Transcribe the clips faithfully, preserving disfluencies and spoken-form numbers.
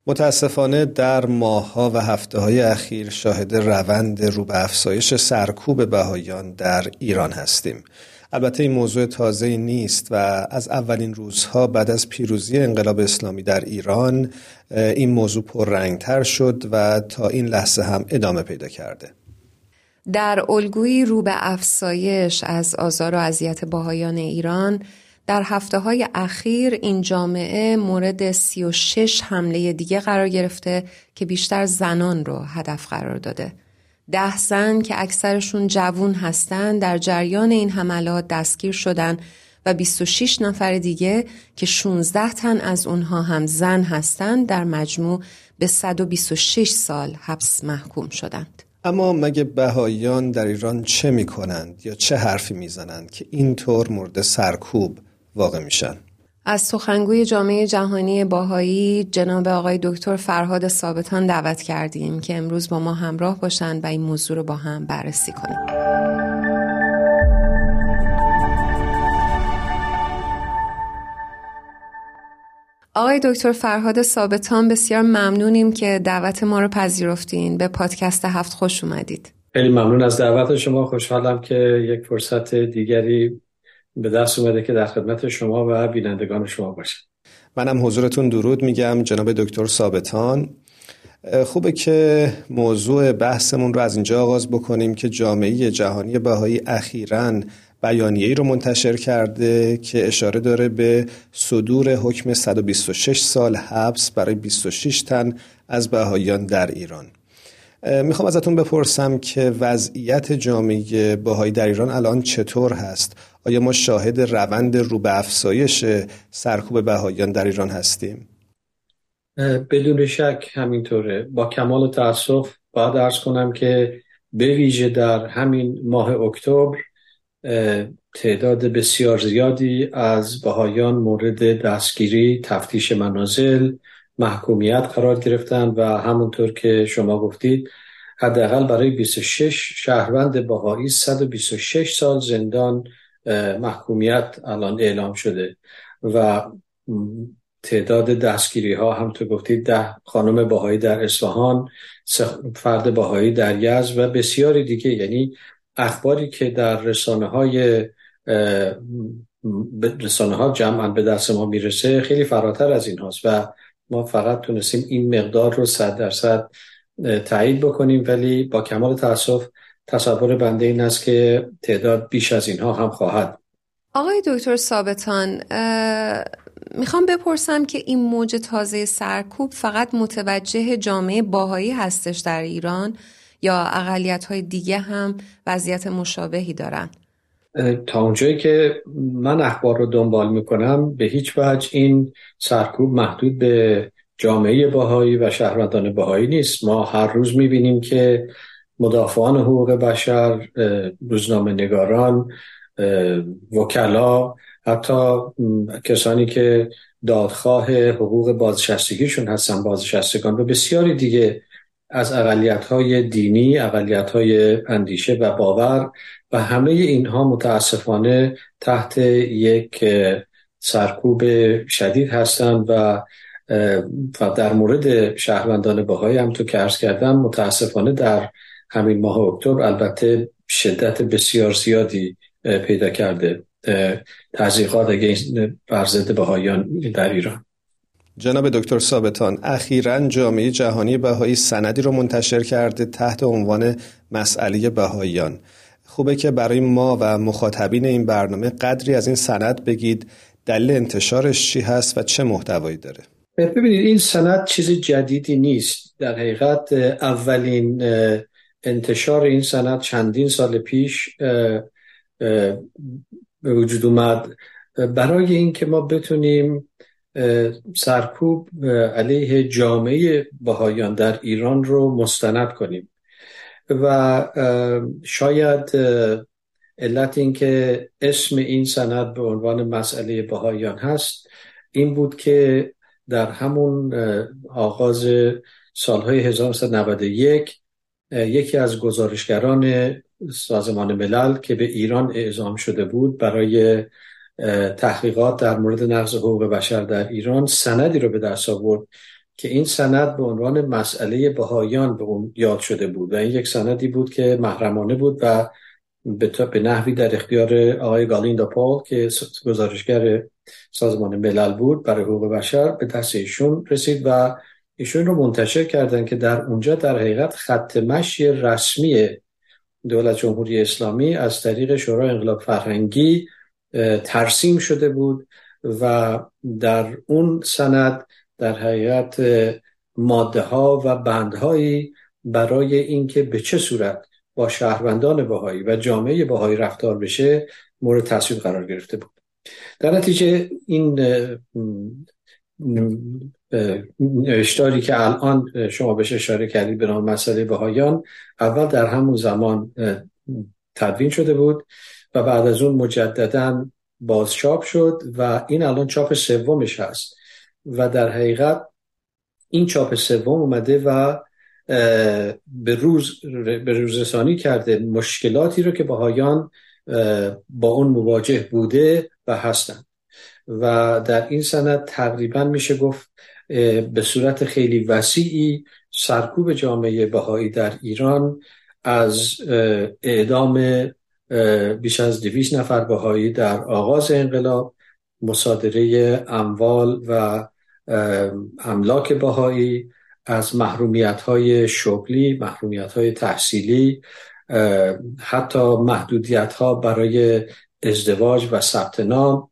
متاسفانه در ماه‌ها و هفته‌های اخیر شاهد روند رو به افزایش سرکوب بهائیان در ایران هستیم. البته این موضوع تازه‌ای نیست و از اولین روزها بعد از پیروزی انقلاب اسلامی در ایران این موضوع پررنگ‌تر شد و تا این لحظه هم ادامه پیدا کرده. در الگویی رو به افزایش از آزار و اذیت بهائیان ایران، در هفته‌های اخیر این جامعه مورد سی و شش حمله دیگه قرار گرفته که بیشتر زنان رو هدف قرار داده. ده زن که اکثرشون جوون هستن در جریان این حملات دستگیر شدن و بیست و شش نفر دیگه که شانزده تن از اونها هم زن هستن در مجموع به صد و بیست و شش سال حبس محکوم شدند. اما مگه بهائیان در ایران چه میکنند یا چه حرفی میزنند که اینطور مورد سرکوب واقع میشن؟ از سخنگوی جامعه جهانی بهایی جناب آقای دکتر فرهاد ثابتان دعوت کردیم که امروز با ما همراه باشند و این موضوع رو با هم بررسی کنیم. آقای دکتر فرهاد ثابتان، بسیار ممنونیم که دعوت ما رو پذیرفتین. به پادکست هفت خوش اومدید. خیلی ممنون از دعوت شما. خوشحالم که یک فرصت دیگری به دست اومده که در خدمت شما و بینندگان شما باشم. منم حضورتون درود میگم جناب دکتر ثابتان. خوبه که موضوع بحثمون رو از اینجا آغاز بکنیم که جامعه جهانی بهایی اخیراً بیانیه‌ای رو منتشر کرده که اشاره داره به صدور حکم صد و بیست و شش سال حبس برای بیست و شش تن از بهائیان در ایران. میخوام ازتون بپرسم که وضعیت جامعه بهایی در ایران الان چطور هست؟ آیا ما شاهد روند رو به افزایش سرکوب بهائیان در ایران هستیم؟ بدون شک همینطوره. با کمال تأسف باید عرض کنم که به ویژه در همین ماه اکتبر تعداد بسیار زیادی از بهائیان مورد دستگیری، تفتیش منازل، محکومیت قرار گرفتن و همونطور که شما گفتید حداقل برای بیست و شش شهروند بهایی صد و بیست و شش سال زندان محکومیت الان اعلام شده و تعداد دستگیری ها همونطور گفتید ده خانم بهایی در اصفهان، سه فرد بهایی در یزد و بسیاری دیگه. یعنی اخباری که در رسانه های رسانه ها جمعاً به دست ما میرسه خیلی فراتر از این هاست و ما فقط تونستیم این مقدار رو صد درصد تایید بکنیم، ولی با کمال تأسف تصور بنده این است که تعداد بیش از اینها هم خواهد. آقای دکتر ثابتان، میخوام بپرسم که این موج تازه سرکوب فقط متوجه جامعه بهایی هستش در ایران یا اقلیت‌های دیگه هم وضعیت مشابهی دارن؟ تا اونجایی که من اخبار رو دنبال میکنم به هیچ وجه این سرکوب محدود به جامعه بهایی و شهروندان بهایی نیست. ما هر روز میبینیم که مدافعان حقوق بشر، روزنامه نگاران، وکلا، حتی کسانی که دادخواه حقوق بازنشستگیشون هستن، بازنشستگان و بسیاری دیگه از اقلیت‌های دینی، اقلیت‌های اندیشه و باور و همه اینها متاسفانه تحت یک سرکوب شدید هستند و و در مورد شهروندان بهایی هم تو که عرض کردم متاسفانه در همین ماه اکتبر البته شدت بسیار زیادی پیدا کرده تضییقات بر ضد بهاییان در ایران. جناب دکتر ثابتان، اخیراً جامعه جهانی بهایی سندی رو منتشر کرده تحت عنوان مسئله بهاییان. خوبه که برای ما و مخاطبین این برنامه قدری از این سند بگید. دلیل انتشارش چی هست و چه محتوایی داره؟ ببینید، این سند چیز جدیدی نیست. در حقیقت اولین انتشار این سند چندین سال پیش به وجود اومد برای این که ما بتونیم سرکوب علیه جامعه بهائیان در ایران رو مستند کنیم و شاید علت این که اسم این سند به عنوان مسئله بهائیان هست این بود که در همون آغاز سالهای هزار و نهصد و نود و یک یکی از گزارشگران سازمان ملل که به ایران اعزام شده بود برای تحقیقات در مورد نقض حقوق بشر در ایران سندی رو به دست آورد که این سند به عنوان مسئله بهایان به اون یاد شده بود و این یک سندی بود که محرمانه بود و به نحوی در اختیار آقای گالیندا پال که گزارشگر سازمان ملل بود برای حقوق بشر به دست ایشون رسید و ایشون رو منتشر کردن که در اونجا در حقیقت خط مشی رسمی دولت جمهوری اسلامی از طریق شورای انقلاب فرهنگی ترسیم شده بود و در اون سند در حقیقت ماده ها و بندهایی برای اینکه به چه صورت با شهروندان بهایی و جامعه بهایی رفتار بشه مورد تصویب قرار گرفته بود. در نتیجه این نوشتاری که الان شما بهش اشاره کردید به نام مسئله بهایان اول در همون زمان تدوین شده بود و بعد از اون مجدداً بازچاپ شد و این الان چاپ سومش هست و در حقیقت این چاپ سوم اومده و به روز به روزرسانی کرده مشکلاتی رو که بهایان با اون مواجه بوده و هستند و در این سند تقریبا میشه گفت به صورت خیلی وسیعی سرکوب جامعه بهایی در ایران از اعدام بیش از دویست نفر بهایی در آغاز انقلاب، مصادره اموال و املاک بهایی، از محرومیت‌های شغلی، محرومیت‌های تحصیلی، حتی محدودیت‌ها برای ازدواج و ثبت نام،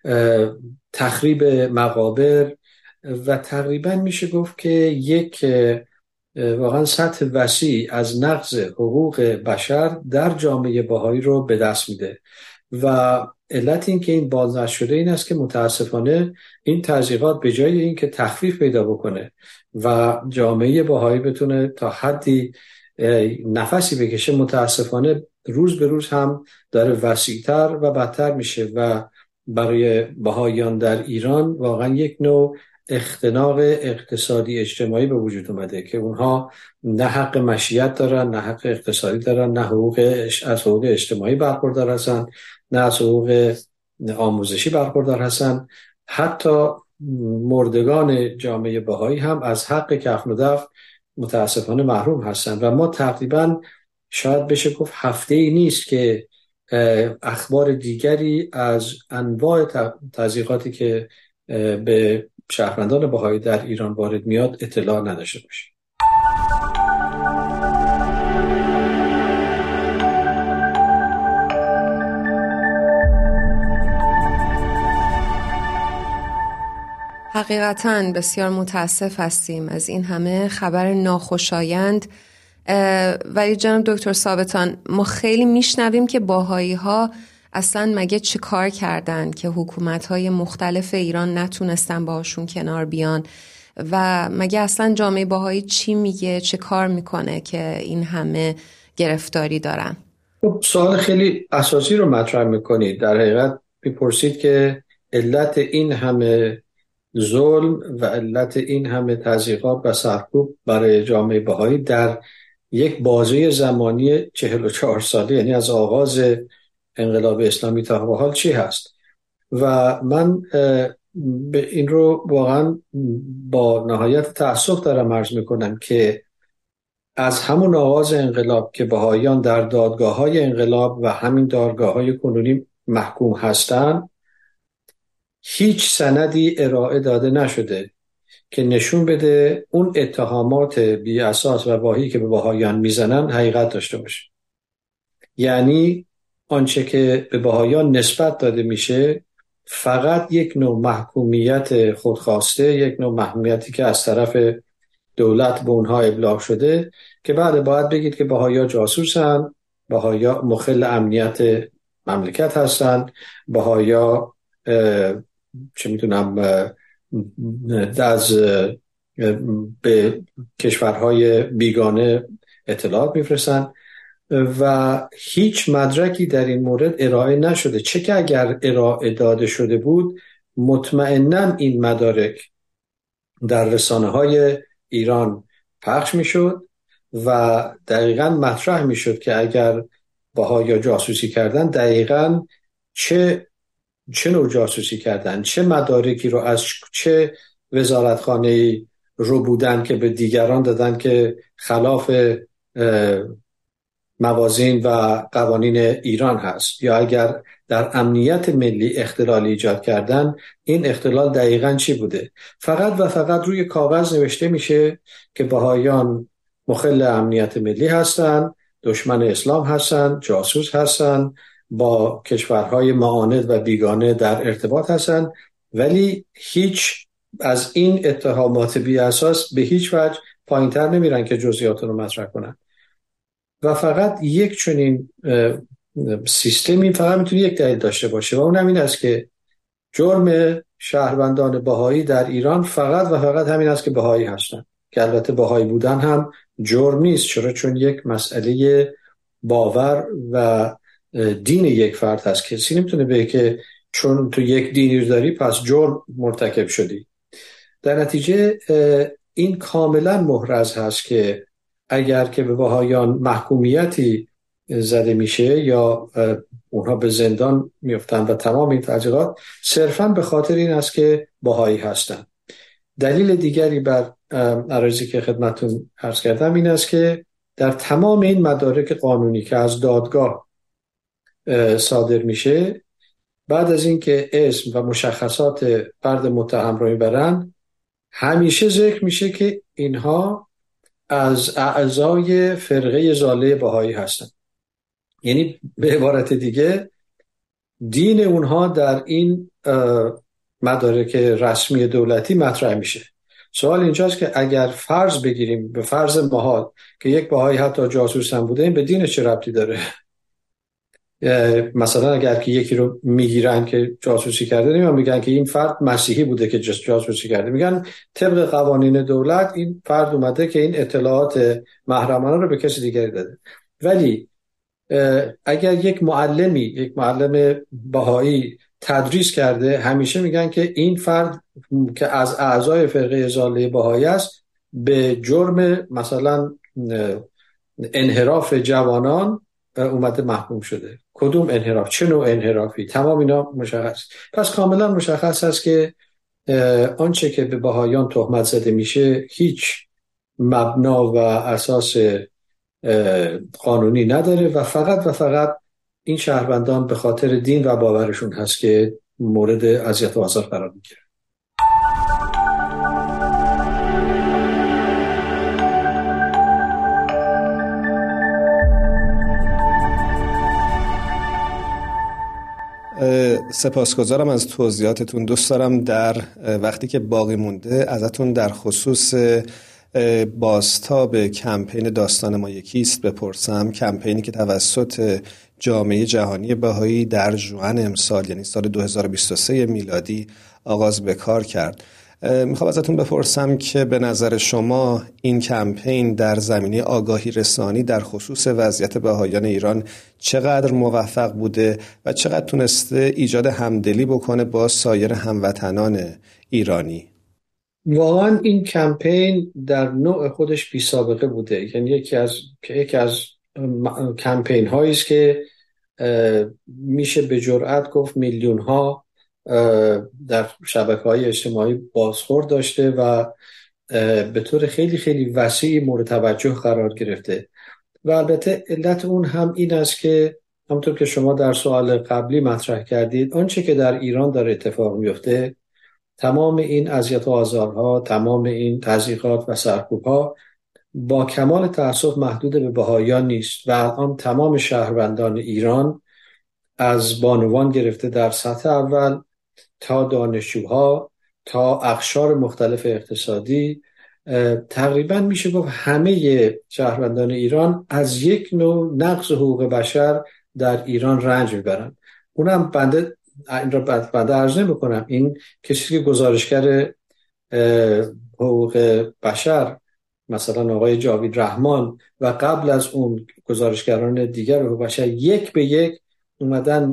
تخریب مقابر و تقریبا میشه گفت که یک واقعا سطح وسیع از نقض حقوق بشر در جامعه بهایی رو به دست میده و علت این که این بازنشر شده این است که متاسفانه این تضییقات به جای این که تخفیف پیدا بکنه و جامعه بهایی بتونه تا حدی نفسی بکشه، متاسفانه روز به روز هم داره وسیع‌تر و بدتر میشه و برای بهاییان در ایران واقعا یک نوع اختناق اقتصادی اجتماعی به وجود اومده که اونها نه حق مشیت دارن، نه حق اقتصادی دارن، نه حقوق از حقوق اجتماعی برخوردار هستن، نه از حقوق آموزشی برخوردار هستن. حتی مردگان جامعه بهایی هم از حق کفن و دفن متاسفانه محروم هستن و ما تقریبا شاید بشه گفت هفته‌ای نیست که اخبار دیگری از انواع تضییقاتی که به شهروندان بهایی در ایران وارد میاد اطلاع نداشته باشه. حقیقتاً بسیار متاسف هستیم از این همه خبر ناخوشایند، ولی جناب دکتر ثابتان ما خیلی میشنویم که باهایی ها اصلا مگه چه کار کردن که حکومت‌های مختلف ایران نتونستن باهاشون کنار بیان و مگه اصلا جامعه باهایی چی میگه، چه کار میکنه که این همه گرفتاری دارن؟ سوال خیلی اساسی رو مطرح میکنید. در حقیقت میپرسید که علت این همه ظلم و علت این همه تضییقات و سرکوب برای جامعه بهایی در یک بازه زمانی چهل و چهار ساله، یعنی از آغاز انقلاب اسلامی تا به حال چی هست؟ و من به این رو واقعا با نهایت تأسف دارم عرض میکنم که از همون آغاز انقلاب که بهاییان در دادگاه‌های انقلاب و همین دادگاه‌های کنونی محکوم هستند، هیچ سندی ارائه داده نشده که نشون بده اون اتهامات بی اساس و واهی که به بهاییان میزنن حقیقت داشته باشه. یعنی آنچه که به بهاییان نسبت داده میشه فقط یک نوع محکومیت خودخواسته، یک نوع محکومیتی که از طرف دولت به اونها ابلاغ شده که بعد باید بگید که بهاییان جاسوسن، بهاییان مخل امنیت مملکت هستن، بهاییان چه میتونم از به کشورهای بیگانه اطلاعات میفرستن و هیچ مدرکی در این مورد ارائه نشده. چه که اگر ارائه داده شده بود مطمئناً این مدارک در رسانه‌های ایران پخش میشد و دقیقاً مطرح میشد که اگر بهایی جاسوسی کردن دقیقاً چه چه نوع جاسوسی کردن، چه مدارکی رو از چه وزارتخانه‌ای رو بودن که به دیگران دادن که خلاف موازین و قوانین ایران هست، یا اگر در امنیت ملی اختلال ایجاد کردن، این اختلال دقیقاً چی بوده؟ فقط و فقط روی کاغذ نوشته میشه که بهائیان مخل امنیت ملی هستن، دشمن اسلام هستن، جاسوس هستن، با کشورهای معاند و بیگانه در ارتباط هستن، ولی هیچ از این اتهامات بی اساس به هیچ وجه پایین‌تر نمیرن که جزئیات رو مطرح کنن. و فقط یک چنین سیستمی فقط میتونه یک دلیل داشته باشه و اونم این است که جرم شهروندان بهایی در ایران فقط و فقط همین است که بهایی هستن، که البته بهایی بودن هم جرم نیست. چرا؟ چون یک مسئله باور و دین یک فرد هست. کسی نمیتونه بگه که چون تو یک دینی داری پس جرم مرتکب شدی. در نتیجه این کاملا محرز هست که اگر که به بهائیان محکومیتی زده میشه یا اونها به زندان میفتن و تمام این تحقیقات صرفاً به خاطر این است که بهایی هستن. دلیل دیگری بر عرضی که خدمتتون عرض کردم این است که در تمام این مدارک قانونی که از دادگاه صادر میشه، بعد از اینکه اسم و مشخصات فرد متهم رو میبرن، همیشه ذکر میشه که اینها از اعضای فرقه ضاله بهایی هستن. یعنی به عبارت دیگه دین اونها در این مدارک رسمی دولتی مطرح میشه. سوال اینجاست که اگر فرض بگیریم به فرض محال که یک بهایی حتی جاسوس هم بوده، این به دین چه ربطی داره؟ مثلا اگر که یکی رو میگیرن که جاسوسی کرده، نمیان میگن که این فرد مسیحی بوده که جاسوسی کرده، میگن طبق قوانین دولت این فرد اومده که این اطلاعات محرمانه رو به کسی دیگری داده. ولی اگر یک معلمی، یک معلم بهایی تدریس کرده، همیشه میگن که این فرد که از اعضای فرقه ضاله بهایی است به جرم مثلا انحراف جوانان اومده محکوم شده. کدوم انحراف؟ چه نوع انحرافی؟ تمام اینا مشخص. پس کاملا مشخص است که آنچه که به بهائیان تهمت زده میشه هیچ مبنا و اساس قانونی نداره و فقط و فقط این شهروندان به خاطر دین و باورشون هست که مورد اذیت و آزار قرار میگیره. سپاسگزارم از توضیحاتتون. دوست دارم در وقتی که باقی مونده ازتون در خصوص بازتاب کمپین داستان ما یکیست بپرسم. کمپینی که توسط جامعه جهانی بهایی در ژوئن امسال، یعنی سال دو هزار و بیست و سه میلادی آغاز به کار کرد. میخوام ازتون بپرسم که به نظر شما این کمپین در زمینه آگاهی رسانی در خصوص وضعیت بهائیان ایران چقدر موفق بوده و چقدر تونسته ایجاد همدلی بکنه با سایر هموطنان ایرانی؟ واقعا این کمپین در نوع خودش بی سابقه بوده. یعنی یکی از یکی از کمپین هایی است که میشه به جرئت گفت میلیون ها در شبکه‌های اجتماعی بازخورد داشته و به طور خیلی خیلی وسیع مورد توجه قرار گرفته. و البته علت اون هم این است که همونطور که شما در سوال قبلی مطرح کردید، آنچه که در ایران داره اتفاق میفته، تمام این اذیت و آزارها، تمام این تضییقات و سرکوب‌ها با کمال تأسف محدود به بهائیان نیست و الان تمام شهروندان ایران از بانوان گرفته در سطح اول تا دانشجوها تا اقشار مختلف اقتصادی، تقریبا میشه گفت همه شهروندان ایران از یک نوع نقض حقوق بشر در ایران رنج میبرن. اونم بنده این را بنده عرض نمی‌کنم، این کسی که گزارشگر حقوق بشر مثلا آقای جاوید رحمان و قبل از اون گزارشگران دیگر حقوق بشر یک به یک اومدن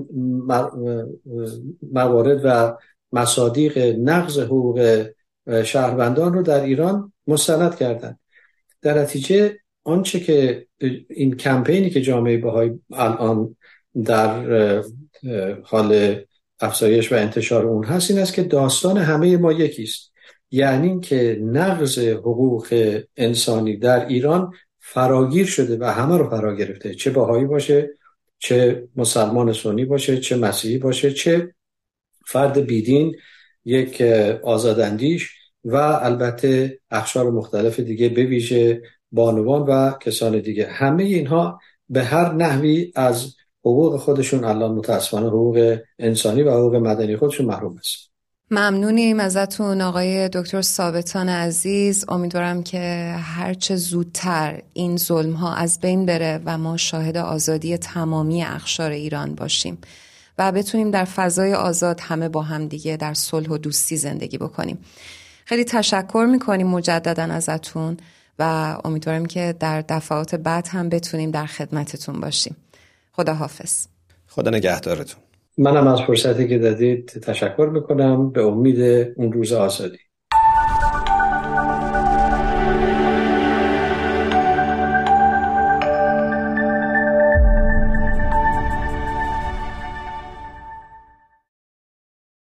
موارد و مصادیق نقض حقوق شهروندان رو در ایران مستند کردن. در نتیجه آنچه که این کمپینی که جامعه بهایی الان در حال افزایش و انتشار اون هست این است که داستان همه ما یکیست. یعنی که نقض حقوق انسانی در ایران فراگیر شده و همه رو فرا گرفته، چه بهایی باشه، چه مسلمان سنی باشه، چه مسیحی باشه، چه فرد بیدین، یک آزاداندیش و البته اقشار مختلف دیگه، به ویژه بانوان و کسان دیگه. همه اینها به هر نحوی از حقوق خودشون الان متاسفانه حقوق انسانی و حقوق مدنی خودشون محروم است. ممنونیم ازتون آقای دکتر ثابتان عزیز. امیدوارم که هرچه زودتر این ظلم ها از بین بره و ما شاهد آزادی تمامی اقشار ایران باشیم و بتونیم در فضای آزاد همه با هم دیگه در صلح و دوستی زندگی بکنیم. خیلی تشکر میکنیم مجددا ازتون و امیدوارم که در دفعات بعد هم بتونیم در خدمتتون باشیم. خدا حافظ. خدا نگهدارتون. منم از فرصتی که دادید تشکر میکنم، به امید اون روز آزادی.